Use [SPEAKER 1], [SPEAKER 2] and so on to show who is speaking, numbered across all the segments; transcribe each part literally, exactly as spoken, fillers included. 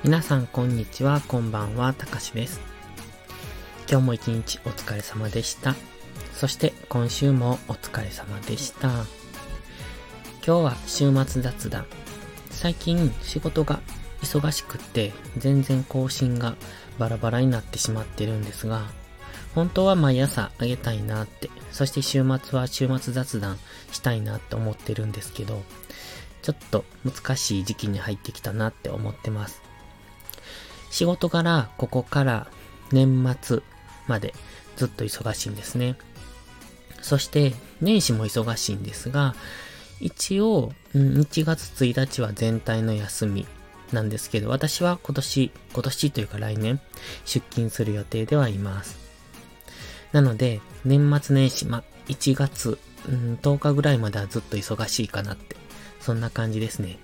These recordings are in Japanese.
[SPEAKER 1] 皆さんこんにちは、こんばんは、たかしです。今日も一日お疲れ様でした。そして今週もお疲れ様でした。今日は週末雑談。最近仕事が忙しくって全然更新がバラバラになってしまってるんですが、本当は毎朝あげたいなって、そして週末は週末雑談したいなって思ってるんですけど、ちょっと難しい時期に入ってきたなって思ってます。仕事柄ここから年末までずっと忙しいんですね。そして年始も忙しいんですが、一応、うん、いちがつついたちは全体の休みなんですけど、私は今年、今年というか来年出勤する予定ではいます。なので年末年始、ま、いちがつ、うん、とおかぐらいまではずっと忙しいかなって、そんな感じですね。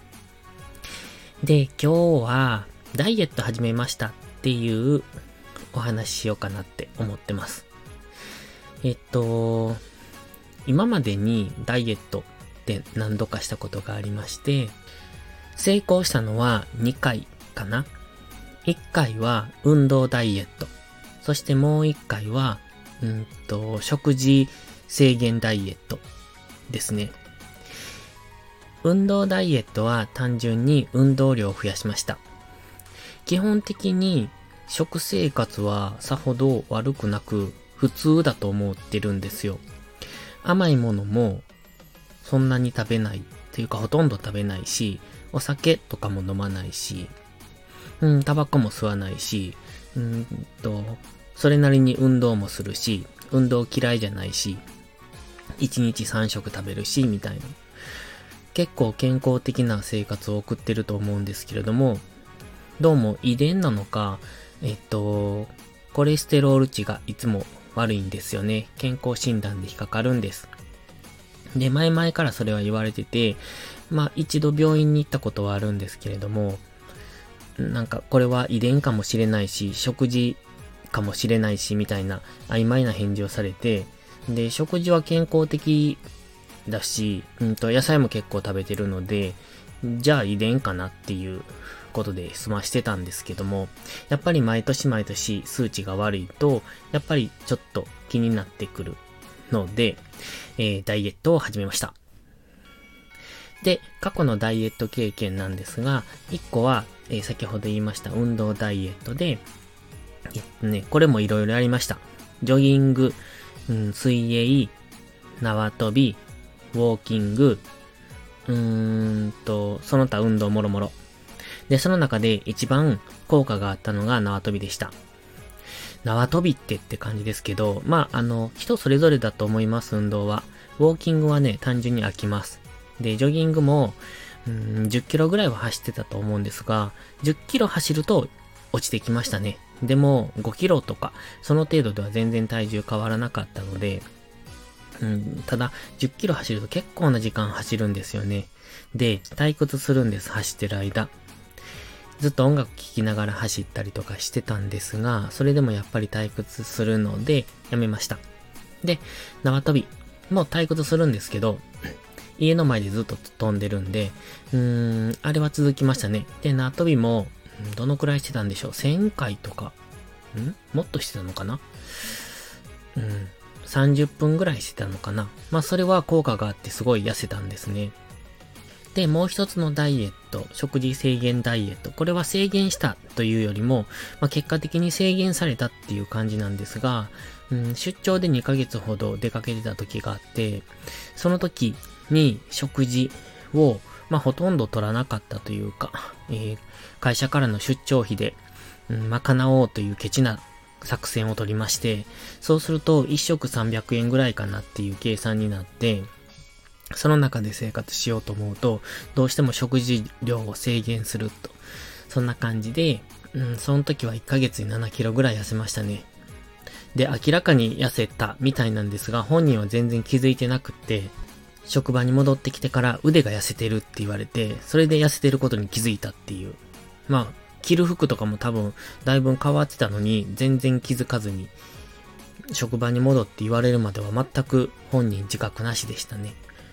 [SPEAKER 1] で、今日はダイエット始めましたっていうお話ししようかなって思ってます。えっと、今までにダイエットって何度かしたことがありまして、成功したのはにかいかな。いっかいは運動ダイエット。そしてもういっかいは、うんと、食事制限ダイエットですね。運動ダイエットは単純に運動量を増やしました。基本的に食生活はさほど悪くなく普通だと思ってるんですよ。甘いものもそんなに食べないというかほとんど食べないし、お酒とかも飲まないし、うん、タバコも吸わないし、うんと、それなりに運動もするし、運動嫌いじゃないし、いちにちさんしょく食べるし、みたいな。結構健康的な生活を送ってると思うんですけれども、どうも遺伝なのか、えっと、コレステロール値がいつも悪いんですよね。健康診断で引っかかるんです。で、前々からそれは言われてて、まあ一度病院に行ったことはあるんですけれども、なんかこれは遺伝かもしれないし、食事かもしれないし、みたいな曖昧な返事をされて、で、食事は健康的だし、うんと、野菜も結構食べてるので、じゃあ遺伝かなっていうことで済ましてたんですけども、やっぱり毎年毎年数値が悪いと、やっぱりちょっと気になってくるので、えー、ダイエットを始めました。で、過去のダイエット経験なんですが、いっこは、えー、先ほど言いました運動ダイエットで、えっとね、これもいろいろやりました。ジョギング、うん、水泳、縄跳び、ウォーキング、うーんと、その他運動もろもろ。で、その中で一番効果があったのが縄跳びでした。縄跳びってって感じですけど、まあ、あの、人それぞれだと思います、運動は。ウォーキングはね、単純に飽きます。で、ジョギングも、うーん、じゅっキロぐらいは走ってたと思うんですが、じゅっキロ走ると落ちてきましたね。でも、ごキロとか、その程度では全然体重変わらなかったので、うん、ただ、じゅっキロ走ると結構な時間走るんですよね。で、退屈するんです、走ってる間。ずっと音楽聴きながら走ったりとかしてたんですが、それでもやっぱり退屈するので、やめました。で、縄跳びも退屈するんですけど、家の前でずっと飛んでるんで、うーん、あれは続きましたね。で、縄跳びも、どのくらいしてたんでしょう。せんかいとか、んもっとしてたのかなうん。さんじゅっぷんぐらいしてたのかな。まあそれは効果があってすごい痩せたんですね。で、もう一つのダイエット、食事制限ダイエット。これは制限したというよりも、まあ結果的に制限されたっていう感じなんですが、うん、出張でにかげつほど出かけてた時があって、その時に食事を、まあほとんど取らなかったというか、えー、会社からの出張費で、うん、賄おうというケチな作戦を取りまして、そうするといっ食さんびゃくえんぐらいかなっていう計算になって、その中で生活しようと思うと、どうしても食事量を制限すると。そんな感じで、うん、その時はいっかげつにななキロぐらい痩せましたね。で、明らかに痩せたみたいなんですが、本人は全然気づいてなくって、職場に戻ってきてから腕が痩せてるって言われて、それで痩せてることに気づいたっていう。まあ、着る服とかも多分だいぶ変わってたのに全然気づかずに職場に戻って言われるまでは全く本人自覚なしでしたね。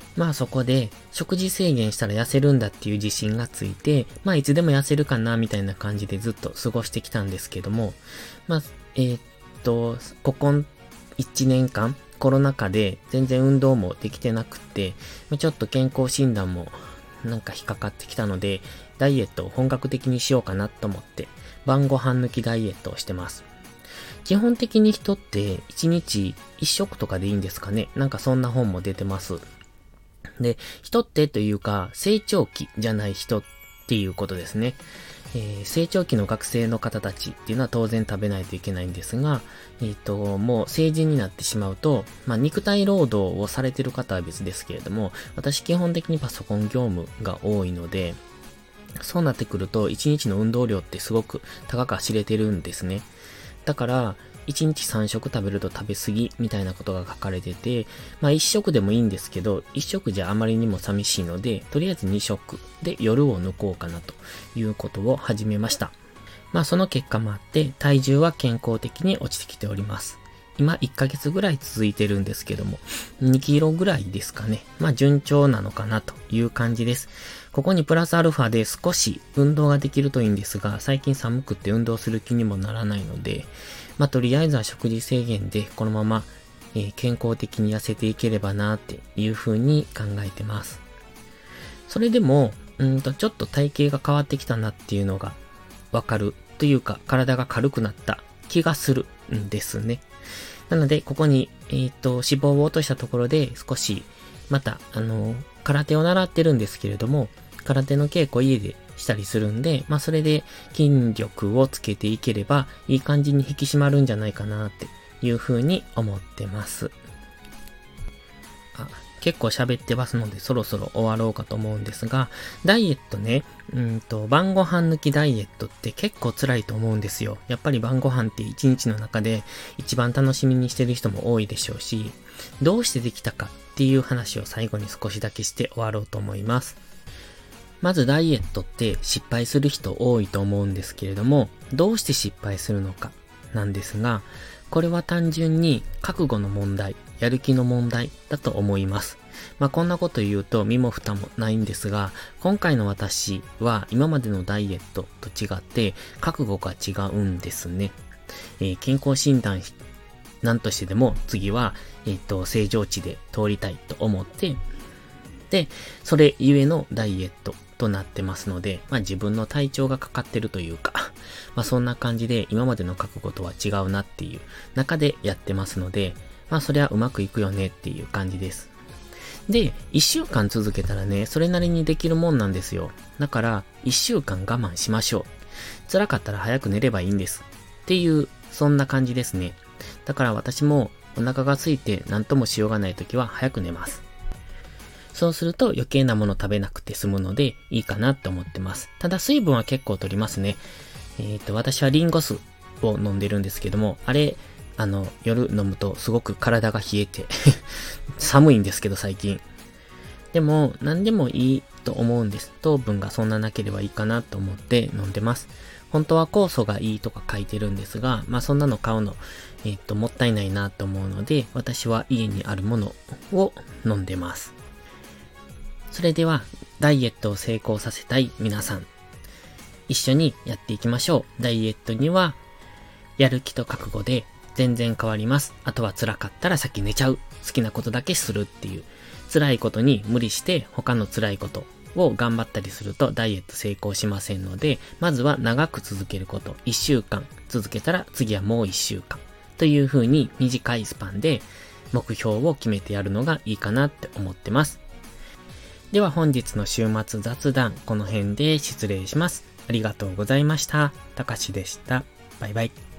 [SPEAKER 1] まあそこで食事制限したら痩せるんだっていう自信がついて、まあいつでも痩せるかなみたいな感じでずっと過ごしてきたんですけども、まあ、えー、っと、ここいちねんかんコロナ禍で全然運動もできてなくて、ちょっと健康診断もなんか引っかかってきたので、ダイエットを本格的にしようかなと思って、晩ご飯抜きダイエットをしてます。基本的に人っていちにちいっしょくとかでいいんですかね。なんかそんな本も出てます。で、人ってというか、成長期じゃない人っていうことですね。えー、成長期の学生の方たちっていうのは当然食べないといけないんですが、えっと、もう成人になってしまうと、まあ、肉体労働をされてる方は別ですけれども、私基本的にパソコン業務が多いので、そうなってくるといちにちの運動量ってすごく高く知れてるんですね。だから、いちにちさんしょく食べると食べ過ぎみたいなことが書かれてて、まあいっしょくでもいいんですけど、いっしょくじゃあまりにも寂しいので、とりあえずにしょくで夜を抜こうかなということを始めました。まあその結果もあって、体重は健康的に落ちてきております。今いっかげつぐらい続いてるんですけども、にキロぐらいですかね。まあ順調なのかなという感じです。ここにプラスアルファで少し運動ができるといいんですが、最近寒くて運動する気にもならないので、まあとりあえずは食事制限でこのまま、えー、健康的に痩せていければなっていう風に考えてます。それでも、うんとちょっと体型が変わってきたなっていうのがわかるというか、体が軽くなった気がするんですね。なので、ここに、えっと、脂肪を落としたところで少し、また、あの、空手を習ってるんですけれども、空手の稽古家でしたりするんで、まあそれで筋力をつけていければ、いい感じに引き締まるんじゃないかなっていう風に思ってます。あ、結構喋ってますのでそろそろ終わろうかと思うんですが、ダイエットね、うんと、晩ご飯抜きダイエットって結構辛いと思うんですよ。やっぱり晩ご飯って一日の中で一番楽しみにしてる人も多いでしょうし、どうしてできたかっていう話を最後に少しだけして終わろうと思います。まずダイエットって失敗する人多いと思うんですけれども、どうして失敗するのかなんですが、これは単純に覚悟の問題、やる気の問題だと思います。まあこんなこと言うと身も蓋もないんですが、今回の私は今までのダイエットと違って覚悟が違うんですね。えー、健康診断なんとしてでも次は、えっと、正常値で通りたいと思って、で、それゆえのダイエットとなってますので、まあ自分の体調がかかってるというか、まあそんな感じで今までの覚悟とは違うなっていう中でやってますので、まあそれはうまくいくよねっていう感じです。で、一週間続けたらね、それなりにできるもんなんですよ。だから、一週間我慢しましょう。辛かったら早く寝ればいいんです。っていう、そんな感じですね。だから私もお腹が空いて何ともしようがないときは早く寝ます。そうすると余計なもの食べなくて済むのでいいかなって思ってます。ただ水分は結構取りますね。えっと、私はリンゴ酢を飲んでるんですけども、あれ、あの、夜飲むとすごく体が冷えて寒いんですけど最近。でも、何でもいいと思うんです。糖分がそんななければいいかなと思って飲んでます。本当は酵素がいいとか書いてるんですが、まあそんなの買うの、えっと、もったいないなと思うので、私は家にあるものを飲んでます。それでは、ダイエットを成功させたい皆さん、一緒にやっていきましょう。ダイエットには、やる気と覚悟で全然変わります。あとは辛かったら先寝ちゃう。好きなことだけするっていう。辛いことに無理して他の辛いことを頑張ったりするとダイエット成功しませんので、まずは長く続けること。いっしゅうかん続けたら次はもういっしゅうかん。という風に短いスパンで目標を決めてやるのがいいかなって思ってます。では本日の週末雑談、この辺で失礼します。ありがとうございました。たかしでした。バイバイ。